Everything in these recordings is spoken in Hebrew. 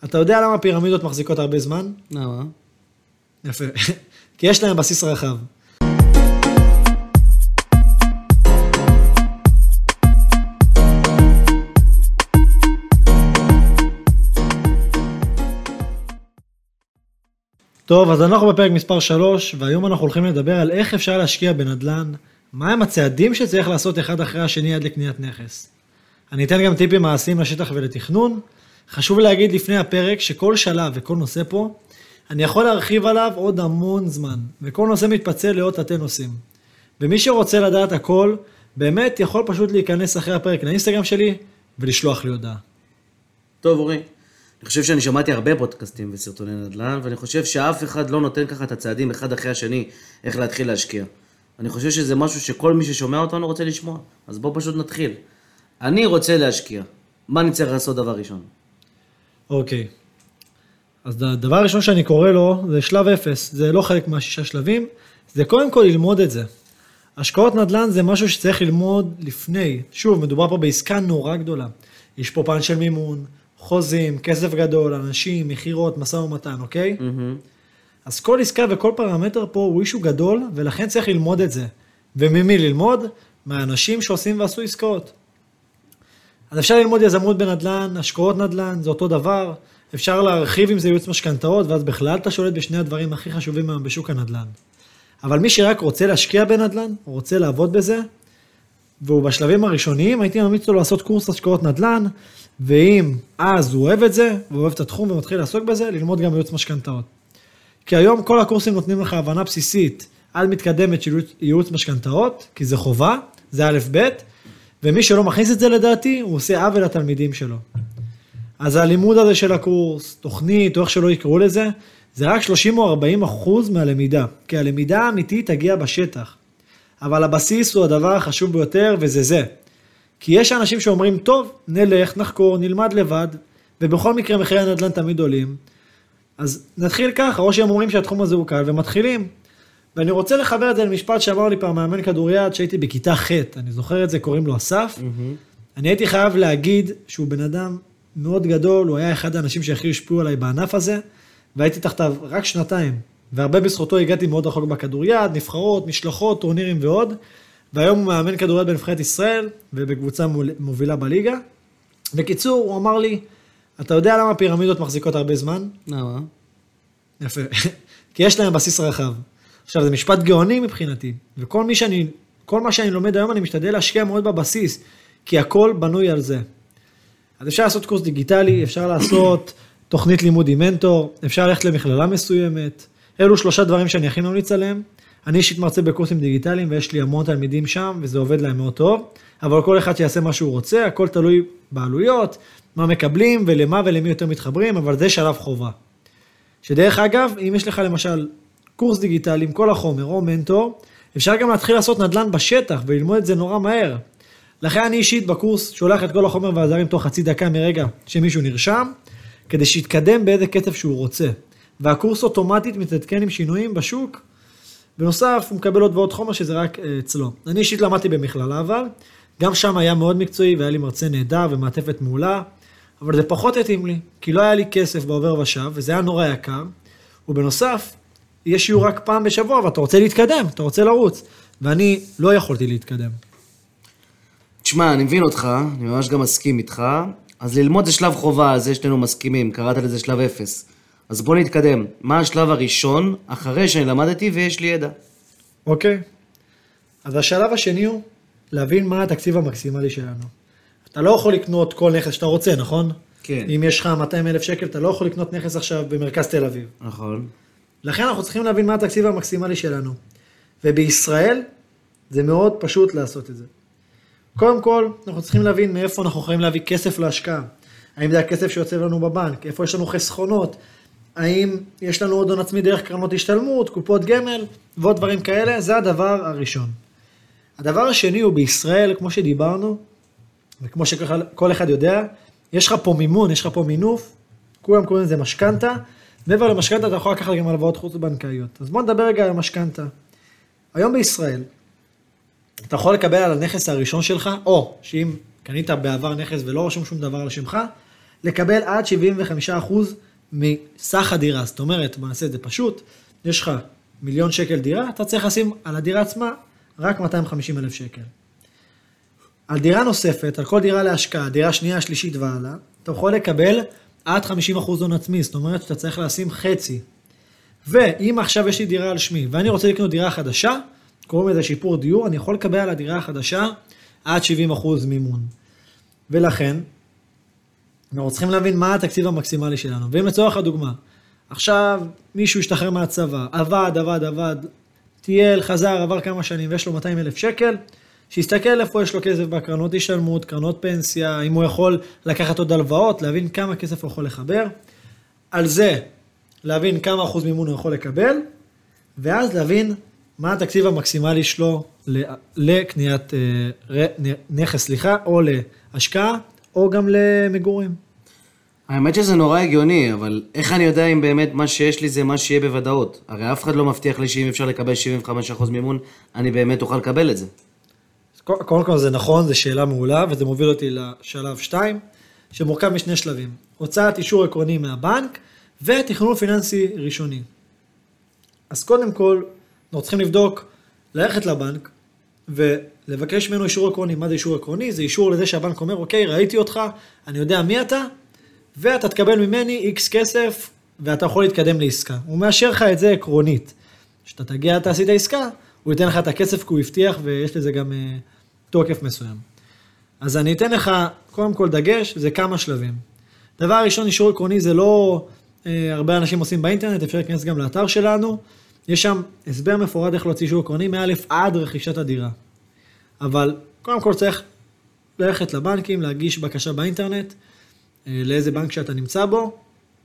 אתה יודע למה פירמידות מחזיקות הרבה זמן? למה? יפה. כי יש להם בסיס רחב. טוב, אז אנחנו בפרק מספר 3, והיום אנחנו הולכים לדבר על איך אפשר להשקיע בנדל"ן, מהם הצעדים שצריך לעשות אחד אחרי השני עד לקניית נכס. אני אתן גם טיפים מעשיים לשטח ולתכנון. חשוב להגיד לפני הפרק שכל שלב וכל נושא פה, אני יכול להרחיב עליו עוד המון זמן, וכל נושא מתפצל לעוד תתי נושאים. ומי שרוצה לדעת הכל, באמת יכול פשוט להיכנס אחרי הפרק לאינסטגרם שלי, ולשלוח לי הודעה. טוב, אורי. אני חושב שאני שמעתי הרבה פודקאסטים וסרטוני נדל"ן, ואני חושב שאף אחד לא נותן ככה את הצעדים אחד אחרי השני, איך להתחיל להשקיע. אני חושב שזה משהו שכל מי ששומע אותנו רוצה לשמוע, אז בואו פשוט נתחיל. אני רוצה להשקיע. מה אני צריך לעשות דבר ראשון? אוקיי. אז הדבר הראשון שאני קורא לו, זה שלב 0. זה לא חלק מהשישה שלבים, זה קודם כל ללמוד את זה. השקעות נדל"ן זה משהו שצריך ללמוד לפני. שוב, מדובר פה בעסקה נורא גדולה. יש פה פן של מימון, חוזים, כסף גדול, אנשים, מחירות, משא ומתן, אוקיי? אז כל עסקה וכל פרמטר פה הוא אישו גדול, ולכן צריך ללמוד את זה. וממי ללמוד? מהאנשים שעושים ועשו עסקאות. אז אפשר ללמוד יזמות בנדל"ן, השקעות נדל"ן, זה אותו דבר. אפשר להרחיב אם זה ייעוץ משכנתאות, ואז בכלל אתה שולט בשני הדברים הכי חשובים היום בשוק הנדל"ן. אבל מי שרק רוצה להשקיע בנדל"ן, או רוצה לעבוד בזה, והוא בשלבים הראשוניים, הייתי ממליץ לו לעשות קורס השקעות נדל"ן, ואם אז הוא אוהב את זה, והוא אוהב את התחום ומתחיל לעסוק בזה, ללמוד גם ייעוץ משכנתאות. כי היום כל הקורסים נותנים לך הבנה בסיסית, עד מתקדמת של ייעוץ משכנתאות, כי זה חובה, זה א' ב', ומי שלא מכניס את זה לדעתי, הוא עושה עוול לתלמידים שלו. אז הלימוד הזה של הקורס, תוכנית, או איך שלא יקראו לזה, זה רק 30 או 40% מהלמידה, כי הלמידה האמיתית תגיע בשטח. אבל הבסיס הוא הדבר החשוב ביותר, וזה זה. כי יש אנשים שאומרים, טוב, נלך, נחקור, נלמד לבד, ובכל מקרה מחירי הנדל"ן תמיד עולים. אז נתחיל ככה, או שהם אומרים שהתחום הזה הוא קל, ומתחילים. ואני רוצה לחבר את זה למשפט שאמר לי פעם מאמן כדוריד, שהייתי בכיתה ח', אני זוכר את זה, קוראים לו אסף. אני הייתי חייב להגיד שהוא בן אדם מאוד גדול, הוא היה אחד האנשים שהכי השפיעו עליי בענף הזה, והייתי תחתיו רק 2 והרבה בזכותו הגעתי מאוד רחוק בכדוריד, נבחרות, משלחות, טורנירים ועוד, והיום הוא מאמן כדוריד בנבחרת ישראל, ובקבוצה מובילה בליגה. בקיצור, הוא אמר לי, אתה יודע למה פירמידות מחזיקות הרבה זמן? למה? יפה. כי יש להם בסיס רחב. עכשיו, זה משפט גאוני מבחינתי, וכל מה שאני לומד היום, אני משתדל להשקיע מאוד בבסיס, כי הכל בנוי על זה. אז אפשר לעשות קורס דיגיטלי, אפשר לעשות תוכנית לימוד עם מנטור, אפשר ללכת למכללה מסוימת. אלו 3 דברים שאני הכי ממליץ עליהם. אני אישית מרצה בקורסים דיגיטליים, ויש לי המון תלמידים שם, וזה עובד להם מאוד טוב. אבל כל אחד שיעשה מה שהוא רוצה, הכל תלוי בעלויות, מה מקבלים ולמה ולמי יותר מתחברים, אבל זה שלב חובה. שדרך אגב, אם יש לך למשל קורס דיגיטלי עם כל החומר או מנטור, אפשר גם להתחיל לעשות נדל"ן בשטח וללמוד את זה נורא מהר. לכן אני אישית בקורס שולח את כל החומר והעזרים תוך חצי דקה מרגע שמישהו נרשם, כדי שיתקדם באיזה קצב שהוא רוצה. והקורס אוטומטית מתעדכן עם שינויים בשוק, בנוסף הוא מקבל עוד ועוד חומר שזה רק אצלו. אני אישית למדתי במכללה אבל, גם שם היה מאוד מקצועי והיה לי מרצה נהדר ומעטפת מעולה, אבל זה פחות התאים לי, כי לא היה לי כסף בעובר ושב, וזה היה נורא יקר, ובנוסף, יש שיעור רק פעם בשבוע, ואתה רוצה להתקדם, אתה רוצה לרוץ, ואני לא יכולתי להתקדם. תשמע, אני מבין אותך, אני ממש גם מסכים איתך, אז ללמוד זה שלב חובה, אז שנינו מסכימים, קראת לזה שלב 0. אז בוא נתקדם, מה השלב הראשון, אחרי שאני למדתי ויש לי ידע? אוקיי, אז השלב השני הוא, להבין מה התקציב המקסימלי שלנו. אתה לא יכול לקנות כל נכס שאתה רוצה, נכון? כן. אם יש לך 200,000 שקל, אתה לא יכול לקנות נכס עכשיו במרכז תל אביב. נכון. לכן אנחנו צריכים להבין מה התקציב המקסימלי שלנו. ובישראל זה מאוד פשוט לעשות את זה. קודם כל, אנחנו צריכים להבין מאיפה אנחנו יכולים להביא כסף להשקעה. האם זה הכסף שיוצא לנו בבנק? איפה יש לנו חסכונות? האם יש לנו עוד הון עצמי דרך קרנות השתלמות, קופות גמל ועוד דברים כאלה? זה הדבר הראשון. הדבר השני הוא בישראל, כמו שדיברנו, וכמו שכל אחד יודע, יש לך פה מימון, יש לך פה מינוף, כולם קוראים לזה משכנתה, מעבר למשכנתה אתה יכול לקחת גם הלוואות חוץ בנקאיות. אז בוא נדבר רגע על משכנתה. היום בישראל, אתה יכול לקבל על הנכס הראשון שלך, או שאם קנית בעבר נכס ולא רשום שום דבר על שמך, לקבל עד 75% מסך הדירה. זאת אומרת, בוא נעשה את זה פשוט, יש לך 1,000,000 שקל דירה, אתה צריך לשים על הדירה עצמה רק 250,000 שקל. על דירה נוספת, על כל דירה להשקעה, דירה שנייה, שלישית והלאה, אתה יכול לקבל עד 50% הון עצמי, זאת אומרת שאתה צריך לשים חצי. ואם עכשיו יש לי דירה על שמי, ואני רוצה לקנות דירה חדשה, קוראים לזה שיפור דיור, אני יכול לקבל על הדירה החדשה עד 70% מימון. ולכן, אנחנו צריכים להבין מה התקציב המקסימלי שלנו. ואם לצורך הדוגמה, עכשיו מישהו ישתחרר מהצבא, עבד, טייל, חזר, עבר כמה שנים ויש לו 200,000 שקל, שיסתכל איפה יש לו כסף בקרנות השתלמות, קרנות פנסיה, אם הוא יכול לקחת עוד הלוואות, להבין כמה כסף הוא יכול לחבר, על זה להבין כמה אחוז מימון הוא יכול לקבל, ואז להבין מה התקציב המקסימלי שלו לקניית נכס, או להשקעה, או גם למגורים. האמת שזה נורא הגיוני, אבל איך אני יודע אם באמת מה שיש לי זה מה שיהיה בוודאות? הרי אף אחד לא מבטיח לי שאם אפשר לקבל 75% מימון, אני באמת אוכל לקבל את זה. קודם כל זה נכון, זו שאלה מעולה, וזה מוביל אותי לשלב 2, שמורכב משני שלבים. הוצאת אישור עקרוני מהבנק, ותכנון פיננסי ראשוני. אז קודם כל, אנחנו צריכים לבדוק, ללכת לבנק, ולבקש ממנו אישור עקרוני. מה זה אישור עקרוני? זה אישור לזה שהבנק אומר, אוקיי, ראיתי אותך, אני יודע מי אתה, ואתה תקבל ממני X כסף, ואתה יכול להתקדם לעסקה. הוא מאשר לך את זה עקרונית. כשאתה תגיע, אתה עשית עסקה, הוא ייתן לך את הכסף, כי הוא הבטיח, ויש לזה גם תוקף מסוים. אז אני אתן לך, קודם כל דגש, זה כמה שלבים. דבר ראשון, אישור עקרוני זה לא הרבה אנשים עושים באינטרנט, אפשר להיכנס גם לאתר שלנו, יש שם הסבר מפורט איך להוציא אישור עקרוני, מאלף עד רכישת הדירה. אבל קודם כל צריך ללכת לבנקים, להגיש בקשה באינטרנט, לאיזה בנק שאתה נמצא בו,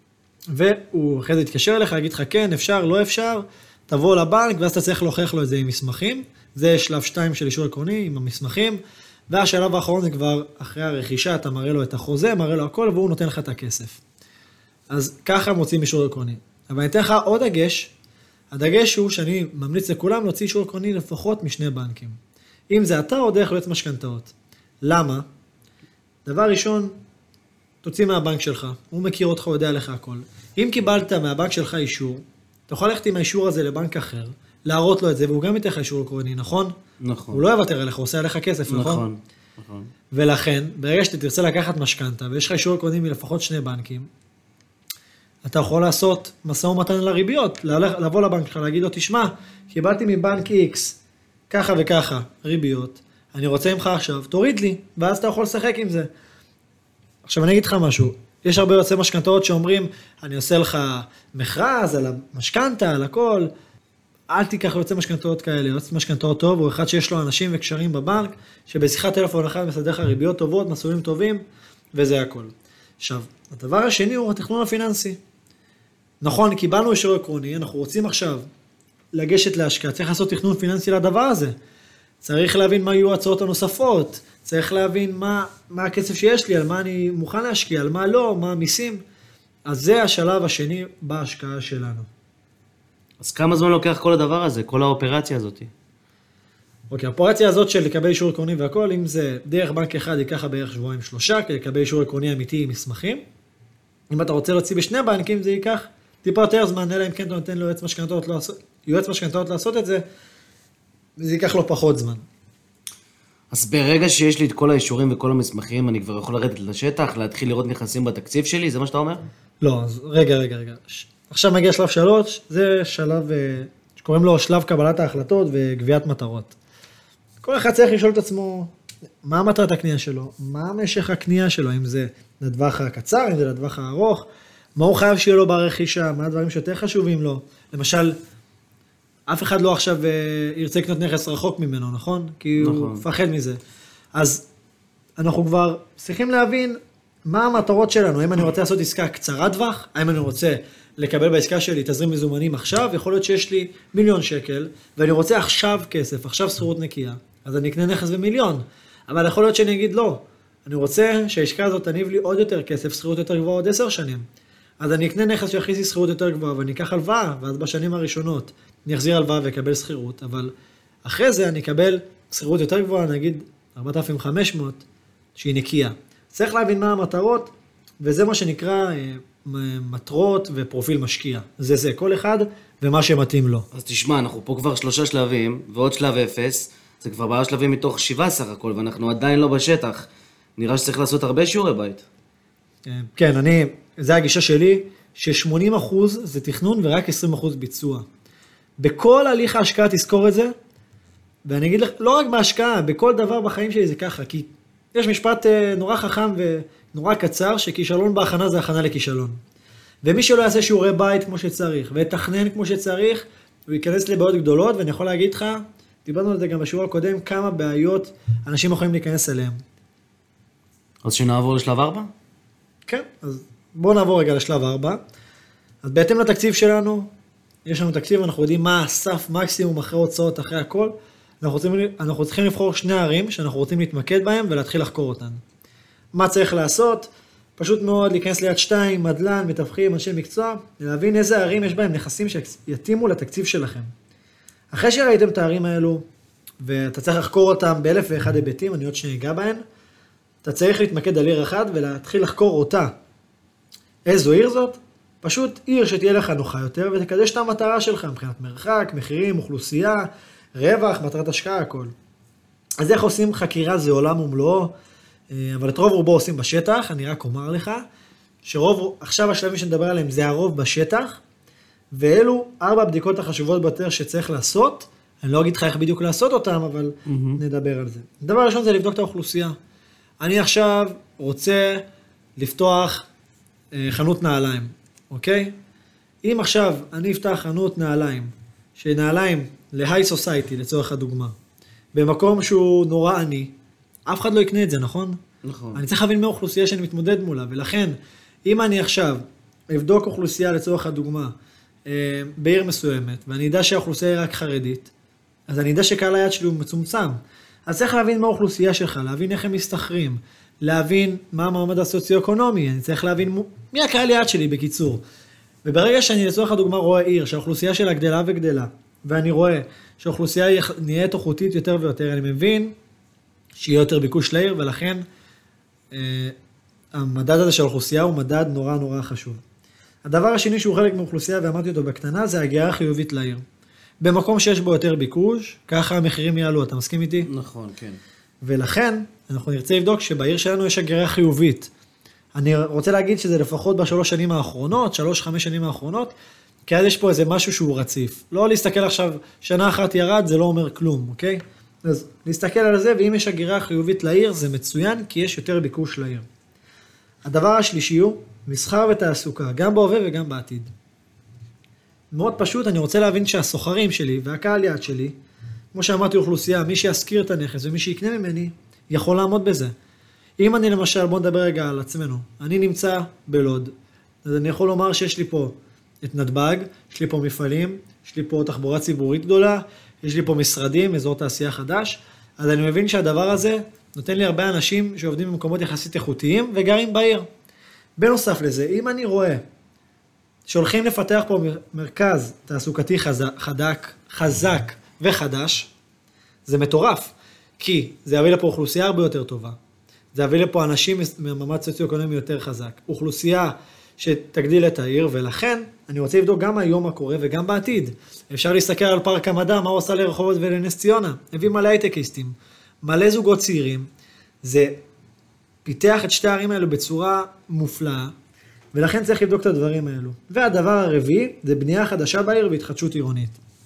והוא אחרי זה יתקשר אליך, יגיד לך כן, אפשר, לא אפשר, תבוא לבנק, ואז אתה צריך להוכיח לו את זה עם מסמכים, זה שלב 2 של אישור עקרוני, עם המסמכים, והשלב האחרון זה כבר אחרי הרכישה, אתה מראה לו את החוזה, מראה לו הכל, והוא נותן לך את הכסף. אז ככה מוצאים אישור עקרוני. אבל אני אתן לך עוד דגש, הדגש הוא שאני ממליץ לכולם להוציא אישור עקרוני לפחות משני בנקים. אם זה אתה או דרך יועץ משכנתאות. למה? דבר ראשון, תוציא מהבנק שלך, הוא מכיר אותך, הוא יודע עליך הכל. אם קיבלת מהבנק שלך אישור, אתה יכול ללכת עם האישור הזה לבנק אחר, להראות לו את זה, והוא גם ייתן לך אישור עקרוני, נכון? נכון. הוא לא יוותר עליך, הוא עושה עליך כסף, נכון? נכון. ולכן, ברגע שאתה תרצה לקחת משכנתה, ויש לך אישור עקרוני מלפחות שני בנקים, אתה יכול לעשות משא ומתן לריביות, לבוא לבנק שלך, להגיד לו, תשמע, קיבלתי מבנק X, ככה וככה, ריביות, אני רוצה ממך עכשיו, תוריד לי, ואז אתה יכול לשחק עם זה. עכשיו אני אגיד לך משהו, יש הרבה יועצי משכנתאות שאומרים, אני עושה לך מכרז על המשכנתה, על הכל, אל תיקח יועצי משכנתאות כאלה, יועץ משכנתאות טוב, הוא אחד שיש לו אנשים וקשרים בבנק, שבשיחת טלפון אחד מסדר לך ריביות טובות, מסלולים טובים, וזה הכל. עכשיו, הדבר השני הוא התכנון הפיננסי. נכון, קיבלנו אישור עקרוני, אנחנו רוצים עכשיו לגשת להשקעה, צריך לעשות תכנון פיננסי לדבר הזה. צריך להבין מה יהיו הצעות הנוספות, צריך להבין מה הכסף שיש לי, על מה אני מוכן להשקיע, על מה לא, מה המיסים. אז זה השלב השני בהשקעה שלנו. אז כמה זמן לוקח כל הדבר הזה, כל האופרציה הזאת? אוקיי, האופרציה הזאת של לקבל אישור עקרוני והכל, אם זה דרך בנק אחד, ייקח בערך 2-3 שבועות, כדי לקבל אישור עקרוני אמיתי עם מסמכים. אם אתה רוצה להוציא בשני בנקים, זה ייקח טיפה יותר זמן, אלא אם כן אתה נותן לו יועץ משכנתאות לעשות את זה, זה ייקח לו פחות זמן. אז ברגע שיש לי את כל האישורים וכל המסמכים, אני כבר יכול לרדת לשטח, להתחיל לראות נכסים בתקציב שלי, זה מה שאתה אומר? לא, אז רגע. עכשיו מגיע שלב 3, זה שלב שקוראים לו שלב קבלת ההחלטות וגביית מטרות. כל אחד צריך לשאול את עצמו, מה מטרת הקנייה שלו? מה משך הקנייה שלו? אם זה לטווח הקצר, אם זה לטווח הארוך, מה הוא חייב שיהיה לו ברכישה, מה הדברים שיותר חשובים לו? למשל, אף אחד לא עכשיו ירצה לקנות נכס רחוק ממנו, נכון? כי הוא מפחד מזה. אז אנחנו כבר צריכים להבין מה המטרות שלנו. האם אני רוצה לעשות עסקה קצרת טווח? האם אני רוצה לקבל בעסקה שלי תזרים מזומנים עכשיו? יכול להיות שיש לי 1,000,000 שקל, ואני רוצה עכשיו כסף, עכשיו שכירות נקייה. אז אני אקנה נכס ב1,000,000. אבל יכול להיות שאני אגיד לא. אני רוצה שהעסקה הזאת תניב לי עוד יותר כסף, שכירות יותר גבוהה עוד 10 שנים. אז אני אקנה נכס שיכניס לי שכירות יותר גבוהה, ואני אקח הלוואה, ואז בשנים הראשונות אני אחזיר הלוואה ואקבל שכירות, אבל אחרי זה אני אקבל שכירות יותר גבוהה, נגיד 4,500, שהיא נקייה. צריך להבין מה המטרות, וזה מה שנקרא מטרות ופרופיל משקיע. זה, כל אחד ומה שמתאים לו. אז תשמע, אנחנו פה כבר 3 שלבים, ועוד שלב 0, זה כבר בעיה שלבים מתוך 7 סך הכל, ואנחנו עדיין לא בשטח. נראה שצריך לעשות הרבה שיעורי בית. כן, זה הגישה שלי, ש80% זה תכנון ורק 20% ביצוע. בכל הליך ההשקעה תזכור את זה, ואני אגיד לך, לא רק בהשקעה, בכל דבר בחיים שלי זה ככה, כי יש משפט נורא חכם ונורא קצר, שכישלון בהכנה זה הכנה לכישלון. ומי שלא יעשה שיעורי בית כמו שצריך, ויתכנן כמו שצריך, הוא ייכנס לבעיות גדולות, ואני יכול להגיד לך, דיברנו על זה גם בשיעור הקודם, כמה בעיות אנשים יכולים להיכנס אליהם. אז שנעבור לשלב 4? כן, אז בואו נעבור רגע לשלב 4. אז בהתאם לתקציב שלנו, יש לנו תקציב, אנחנו יודעים מה הסף מקסימום אחרי הוצאות, אחרי הכל. אנחנו צריכים לבחור 2 ערים שאנחנו רוצים להתמקד בהם ולהתחיל לחקור אותן. מה צריך לעשות? פשוט מאוד להיכנס ליד 2, מדלן, מתווכים, אנשי מקצוע, להבין איזה ערים יש בהם נכסים שיתאימו לתקציב שלכם. אחרי שראיתם את הערים האלו, ואתה צריך לחקור אותם באלף ואחד היבטים, אני עוד שניגע בהן, אתה צריך להתמקד על עיר אחד ולהתחיל לחקור אותה. איזו עיר זאת? פשוט עיר שתהיה לך נוחה יותר ותקדש את המטרה שלך מבחינת מרחק, מחירים, אוכלוסייה, רווח, מטרת השקעה, הכל. אז איך עושים חקירה? זה עולם ומלואו, אבל את רוב רובו עושים בשטח. אני רק אומר לך עכשיו השלבים שנדבר עליהם זה הרוב בשטח, ואלו 4 הבדיקות החשובות ביותר שצריך לעשות. אני לא אגיד לך איך בדיוק לעשות אותם, אבל נדבר על זה. דבר ראשון זה לבדוק את האוכלוסייה. אני עכשיו רוצה לפתוח חנות נעליים, אוקיי? אם עכשיו אני אפתח חנות נעליים, שנעליים להיי סוסייטי לצורך הדוגמה, במקום שהוא נורא עני, אף אחד לא יקנה את זה, נכון? נכון. אני צריך להבין מה האוכלוסייה שאני מתמודד מולה, ולכן אם אני עכשיו אבדוק אוכלוסייה לצורך הדוגמה, בעיר מסוימת, ואני יודע שהאוכלוסייה היא רק חרדית, אז אני יודע שקהל היעד שלי הוא מצומצם. אז צריך להבין מה האוכלוסייה שלך, להבין איך הם מסתחרים, להבין מה המעמד הסוציו-אקונומי, אני צריך להבין מי הקהל היעד שלי בקיצור. וברגע שאני לצורך הדוגמה רואה עיר שהאוכלוסייה שלה גדלה וגדלה, ואני רואה שהאוכלוסייה נהיית איכותית יותר ויותר, אני מבין שיהיה יותר ביקוש לעיר, ולכן המדד הזה של האוכלוסייה הוא מדד נורא נורא חשוב. הדבר השני שהוא חלק מאוכלוסייה, ואמרתי אותו בקטנה, זה הגירה חיובית לעיר. במקום שיש בו יותר ביקוש, ככה המחירים יעלו, אתה מסכים איתי? נכון, כן. ולכן אנחנו נרצה לבדוק שבעיר שלנו יש הגירה חיובית. אני רוצה להגיד שזה לפחות ב3 שנים האחרונות, 3-5 שנים האחרונות, כי אז יש פה איזה משהו שהוא רציף. לא להסתכל עכשיו, שנה אחת ירד, זה לא אומר כלום, אוקיי? אז להסתכל על זה, ואם יש הגירה חיובית לעיר, זה מצוין, כי יש יותר ביקוש לעיר. הדבר השלישי הוא מסחר ותעסוקה, גם בהווה וגם בעתיד. מאוד פשוט, אני רוצה להבין שהסוחרים שלי והקהל יעד שלי, כמו שאמרתי אוכלוסייה, מי שיזכיר את הנכס ומי שיקנה ממני, יכול לעמוד בזה. אם אני למשל, בוא נדבר רגע על עצמנו, אני נמצא בלוד, אז אני יכול לומר שיש לי פה את נתב"ג, יש לי פה מפעלים, יש לי פה תחבורה ציבורית גדולה, יש לי פה משרדים, אזור תעשייה חדש, אז אני מבין שהדבר הזה נותן לי הרבה אנשים שעובדים במקומות יחסית איכותיים וגרים בעיר. בנוסף לזה, אם אני רואה שהולכים לפתח פה מרכז תעסוקתי חזק וחדש, זה מטורף, כי זה יביא לפה אוכלוסייה הרבה יותר טובה, זה יביא לפה אנשים ממעמד סוציו-אקונומי יותר חזק, אוכלוסייה שתגדיל את העיר, ולכן אני רוצה לבדוק גם היום מה קורה וגם בעתיד. אפשר להסתכל על פארק המדע, מה הוא עושה לרחובות ולנס ציונה, הביא מלא הייטקיסטים, מלא זוגות צעירים, זה פיתח את 2 הערים האלו בצורה מופלאה, ולכן צריך לבדוק את הדברים האלו. והדבר הרביעי זה בנייה חדשה בעיר והתחדשות עירונית.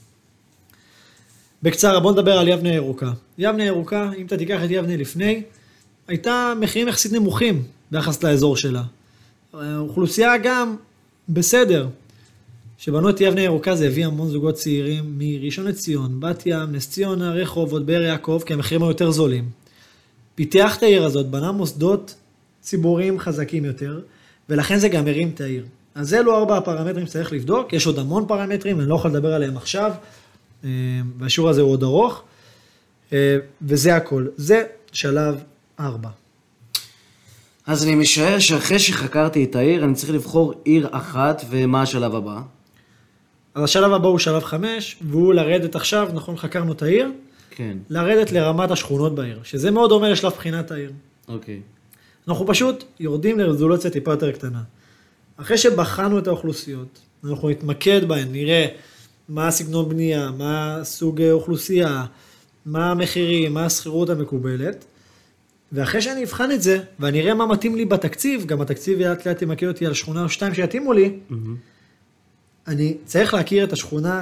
בקצרה, בוא נדבר על יבנה ירוקה. יבנה ירוקה, אם אתה תיקח את יבנה לפני, הייתה מחירים יחסית נמוכים ביחס לאזור שלה. אוכלוסייה גם בסדר. שבנו את יבנה ירוקה זה הביא המון זוגות צעירים מראשון לציון, בת ים, נס ציונה, רחובות, באר יעקב, כי המחירים היו יותר זולים. פיתח את העיר הזאת, בנה מוסדות ציבוריים חזקים יותר, ולכן זה גם הרים את העיר. אז אלו 4 הפרמטרים שצריך לבדוק, יש עוד המון פרמטרים, אני לא יכול לדבר עליהם עכשיו, והשיעור הזה הוא עוד ארוך, וזה הכל. זה שלב 4. אז אני משער שאחרי שחקרתי את העיר, אני צריך לבחור עיר אחת, ומה השלב הבא? אז השלב הבא הוא שלב 5, והוא לרדת עכשיו, נכון, חקרנו את העיר, כן. לרדת לרמת השכונות בעיר, שזה מאוד דומה לשלב בחינת העיר. אוקיי. אנחנו פשוט יורדים לרזולוציה טיפה יותר קטנה. אחרי שבחנו את האוכלוסיות, אנחנו נתמקד בהן, נראה מה הסגנון בנייה, מה סוג אוכלוסייה, מה המחירים, מה הסחירות המקובלת, ואחרי שאני אבחן את זה, ואני אראה מה מתאים לי בתקציב, גם התקציב לאט לאט ימקד אותי על שכונה או שתיים שיתאימו לי, אני צריך להכיר את השכונה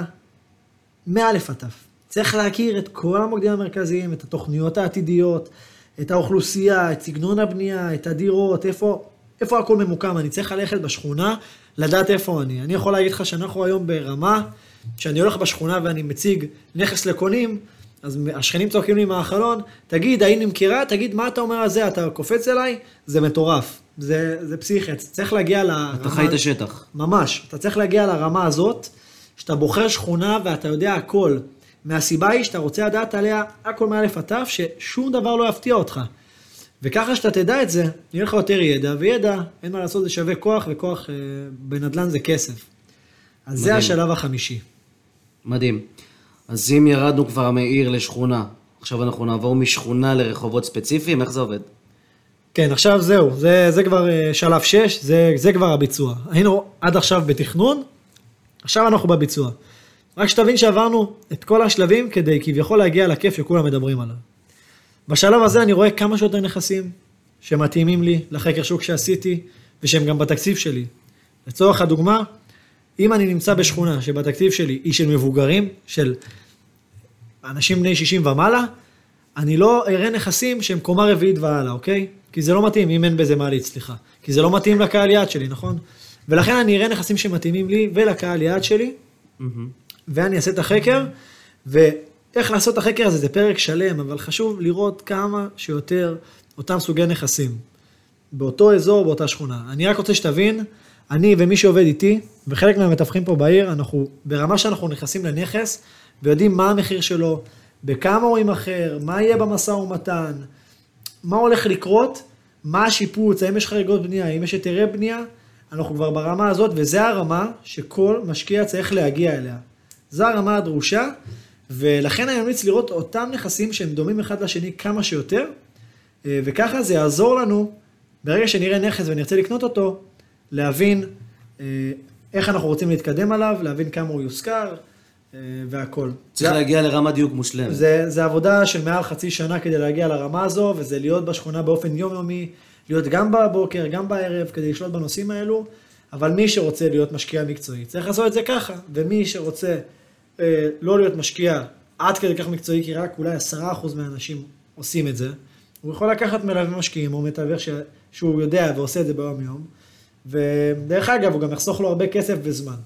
מאלף עד תף. צריך להכיר את כל המוקדים המרכזיים, את התוכניות העתידיות, את האוכלוסייה, את סגנון הבנייה, את הדירות, איפה הכל ממוקם. אני צריך ללכת בשכונה, לדעת איפה אני. אני יכול להגיד לך שאנחנו היום ברמה, שאני הולך בשכונה ואני מציג נכס לקונים, אז השכנים צועקים לי מהחלון, תגיד, האם נמכירה? תגיד, מה אתה אומר על זה? אתה קופץ אליי? זה מטורף. זה פסיכי. צריך להגיע לרמה... אתה חי את השטח. ממש. אתה צריך להגיע לרמה הזאת, שאתה בוחר שכונה ואתה יודע הכל. מהסיבה היא שאתה רוצה לדעת עליה הכל מאלף עד תף, ששום דבר לא יפתיע אותך. וככה שאתה תדע את זה, יהיה לך יותר ידע, וידע, אין מה לעשות, זה שווה כוח, וכוח בנדל"ן זה כסף. אז מדהים. זה השלב החמישי. מדהים. אז אם ירדנו כבר מעיר לשכונה, עכשיו אנחנו נעבור משכונה לרחובות ספציפיים, איך זה עובד? כן, עכשיו זהו, זה כבר שלב 6, זה כבר הביצוע. היינו עד עכשיו בתכנון, עכשיו אנחנו בביצוע. רק שתבין שעברנו את כל השלבים כדי כביכול להגיע לכיף שכולם מדברים עליו. בשלב הזה אני רואה כמה שיותר נכסים שמתאימים לי לחקר שוק שעשיתי, ושהם גם בתקציב שלי. לצורך הדוגמה, אם אני נמצא בשכונה שבתקציב שלי היא של מבוגרים, של אנשים בני 60 ומעלה, אני לא אראה נכסים שהם קומה רביעית והלאה, אוקיי? כי זה לא מתאים, אם אין בזה מעלית, סליחה. כי זה לא מתאים לקהל יעד שלי, נכון? ולכן אני אראה נכסים שמתאימים לי ולקהל יעד שלי, ואני אעשה את החקר, ואיך לעשות את החקר הזה, זה פרק שלם, אבל חשוב לראות כמה שיותר אותם סוגי נכסים, באותו אזור, באותה שכונה. אני רק רוצה שתבין, אני ומי שעובד איתי, וחלק מהמתווכים פה בעיר, אנחנו, ברמה שאנחנו נכנסים לנכס, ויודעים מה המחיר שלו, בכמה הוא ימחר, מה יהיה במשא ומתן, מה הולך לקרות, מה השיפוץ, האם יש חריגות בנייה, האם יש היתרי בנייה, אנחנו כבר ברמה הזאת, וזה הרמה שכל משקיע צריך להגיע אליה. זו הרמה הדרושה, ולכן אני ממליץ לראות אותם נכסים שהם דומים אחד לשני כמה שיותר, וככה זה יעזור לנו, ברגע שנראה נכס ונרצה לקנות אותו, להבין איך אנחנו רוצים להתקדם עליו, להבין כמה הוא יושכר, והכל. צריך להגיע לרמה דיוק מושלמת. זה עבודה של מעל חצי שנה כדי להגיע לרמה הזו, וזה להיות בשכונה באופן יומיומי, להיות גם בבוקר, גם בערב, כדי לשלוט בנושאים האלו, אבל מי שרוצה להיות משקיע מקצועי, צריך לעשות את זה ככה, ומי שרוצה לא להיות משקיע עד כדי כך מקצועי, כי רק אולי 10% מהאנשים עושים את זה, הוא יכול לקחת מלווה משקיעים, או מתווך שהוא יודע ועושה את זה ביום יום, ודרך אגב, הוא גם יחסוך לו הרבה כסף וזמן.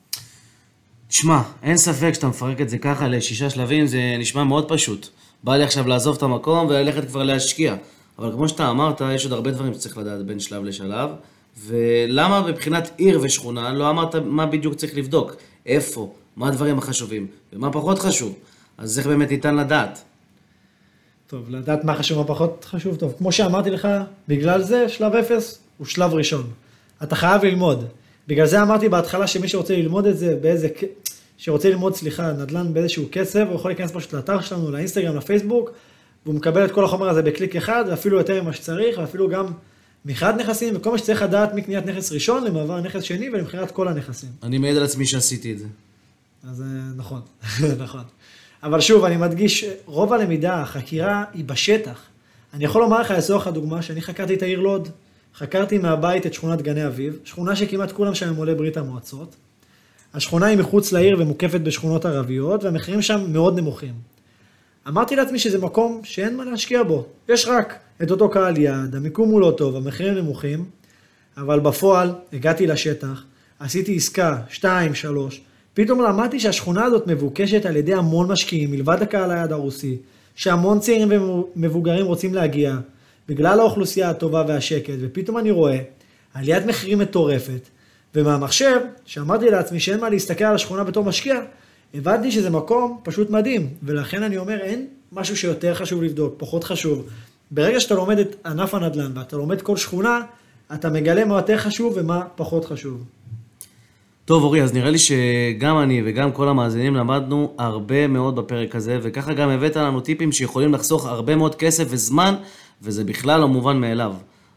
תשמע, אין ספק שאתה מפרק את זה ככה ל6 שלבים, זה נשמע מאוד פשוט. בא לי עכשיו לעזוב את המקום וללכת כבר להשקיע. אבל כמו שאתה אמרת, יש עוד הרבה דברים שצריך לדעת בין שלב לשלב, ולמה בבחינת עיר ושכונה לא אמרת מה בדיוק צריך לבדוק? איפה? מה הדברים החשובים? ומה פחות חשוב? אז איך באמת ניתן לדעת? טוב, לדעת מה חשוב, מה פחות חשוב. טוב, כמו שאמרתי לך, בגלל זה שלב 0 הוא שלב ראשון. אתה חייב ללמוד. בגלל זה אמרתי בהתחלה שמי שרוצה ללמוד את זה, שרוצה ללמוד, נדל"ן באיזשהו קצב, הוא יכול להיכנס פשוט לאתר שלנו, לאינסטגרם, לפייסבוק, והוא מקבל את כל החומר הזה בקליק אחד, ואפילו יותר ממה שצריך, ואפילו גם מכירת נכסים, וכל מה שצריך לדעת מקניית נכס ראשון, למעבר נכס שני, ולמכירת כל הנכסים. אני מעיד על עצמי שעשיתי את זה. אז נכון, נכון. אבל שוב, אני מדגיש, רוב הלמידה, החקירה היא בשטח. אני יכול לומר לך, לצורך הדוגמה, שאני חקרתי את העיר לוד, חקרתי מהבית את שכונת גני אביב, שכונה שכמעט כולם שם הם עולי ברית המועצות. השכונה היא מחוץ לעיר ומוקפת בשכונות ערביות, והמחירים שם מאוד נמוכים. אמרתי לעצמי שזה מקום שאין מה להשקיע בו. יש רק את אותו קהל יעד, המיקום הוא לא טוב, המחירים נמוכים, אבל בפועל הגעתי לשטח, עשיתי עסקה 2, 3, פתאום למדתי שהשכונה הזאת מבוקשת על ידי המון משקיעים, מלבד הקהל היעד הרוסי, שהמון צעירים ומבוגרים רוצים להגיע, בגלל האוכלוסייה הטובה והשקט, ופתאום אני רואה עליית מחירים מטורפת, ומהמחשב, שאמרתי לעצמי שאין מה להסתכל על השכונה בתור משקיע, הבנתי שזה מקום פשוט מדהים, ולכן אני אומר, אין משהו שיותר חשוב לבדוק, פחות חשוב. ברגע שאתה לומד את ענף הנדל"ן, ואתה לומד כל שכונה, אתה מגלה מה יותר חשוב ומה פחות חשוב. טוב, אורי, אז נראה לי שגם אני וגם כל המאזינים למדנו הרבה מאוד בפרק הזה, וככה גם הבאת לנו טיפים שיכולים לחסוך הרבה מאוד כסף וזמן, וזה בכלל לא מובן מאליו.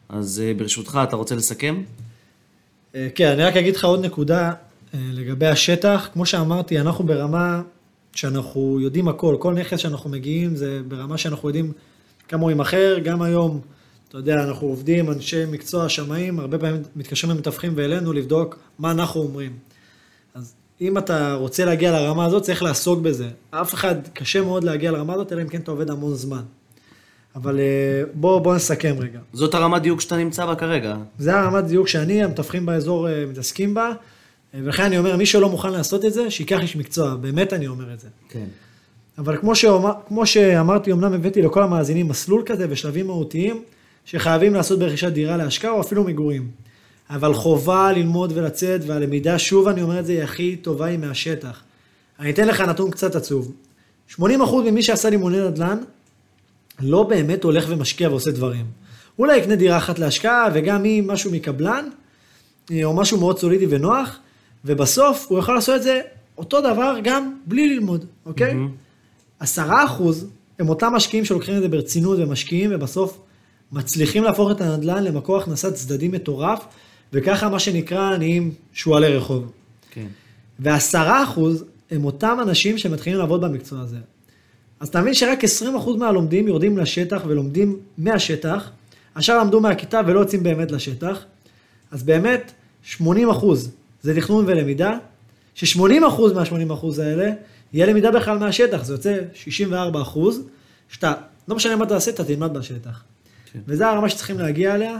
אז ברשותך, אתה רוצה לסכם? כן, אני רק אגיד לך עוד נקודה לגבי השטח. כמו שאמרתי, אנחנו ברמה שאנחנו יודעים הכל. כל נכס שאנחנו מגיעים זה ברמה שאנחנו יודעים כמה הוא ימחר. גם היום, אתה יודע, אנחנו עובדים, אנשי מקצוע, שמאים, הרבה פעמים מתקשרים למתווכים ואלינו לבדוק מה אנחנו אומרים. אז אם אתה רוצה להגיע לרמה הזאת, צריך לעסוק בזה. אף אחד קשה מאוד להגיע לרמה הזאת, אלא אם כן אתה עובד המון זמן. אבל בוא נסכם רגע. זאת הרמת דיוק שאתה נמצא בה כרגע. זה הרמת דיוק שאני, המתווכים באזור מתעסקים בה, ולכן אני אומר, מי שלא מוכן לעשות את זה, שיקח איש מקצוע, באמת אני אומר את זה. כן. אבל כמו שאמרתי, אמנם הבאתי לכל המאזינים מסלול כזה ושלבים מהותיים, שחייבים לעשות ברכישת דירה להשקעה או אפילו מגורים. אבל חובה ללמוד ולצאת, והלמידה, שוב אני אומר את זה, היא הכי טובה היא מהשטח. אני אתן לך נתון קצת עצוב. 80% ממי שעשה לימודי נדל"ן, לא באמת הולך ומשקיע ועושה דברים. אולי יקנה דירה אחת להשקעה, וגם משהו מקבלן, או משהו מאוד סולידי ונוח, ובסוף הוא יכול לעשות את זה אותו דבר גם בלי ללמוד, אוקיי? 10% הם אותם משקיעים שלוקחים את זה ברצינות ומשקיעים, ובסוף מצליחים להפוך את הנדל"ן למקור הכנסת צדדים מטורף, וככה מה שנקרא נהיים שועלי רחוב. כן. 10% הם אותם אנשים שמתחילים לעבוד במקצוע הזה. אז אתה מבין שרק 20% מהלומדים יורדים לשטח ולומדים מהשטח, השאר למדו מהכיתה ולא יוצאים באמת לשטח, אז באמת 80% זה תכנון ולמידה, ש80% מה-80% האלה יהיה למידה בכלל מהשטח, זה יוצא 64%, שאתה, לא משנה מה אתה עושה, אתה תלמד בשטח. כן. וזה הרמה שצריכים להגיע אליה,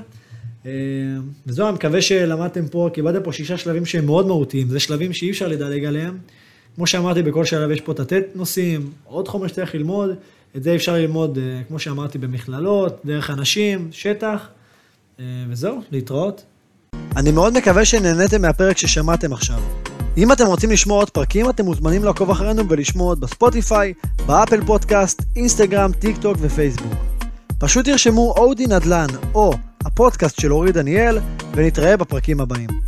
וזו אני מקווה שלמדתם פה, קיבלתם פה 6 שלבים שהם מאוד מהותיים, זה שלבים שאי אפשר לדלג עליהם, כמו שאמרתי, בכל שלב יש פה תתי נושאים, עוד חומר שצריך ללמוד, את זה אפשר ללמוד, כמו שאמרתי, במכללות, דרך אנשים, שטח, וזהו, להתראות. אני מאוד מקווה שנהניתם מהפרק ששמעתם עכשיו. אם אתם רוצים לשמוע עוד פרקים, אתם מוזמנים לעקוב אחרינו ולשמוע עוד בספוטיפיי, באפל פודקאסט, אינסטגרם, טיק טוק ופייסבוק. פשוט תרשמו אודי נדל"ן או הפודקאסט של אורי דניאל, ונתראה בפרקים הבאים.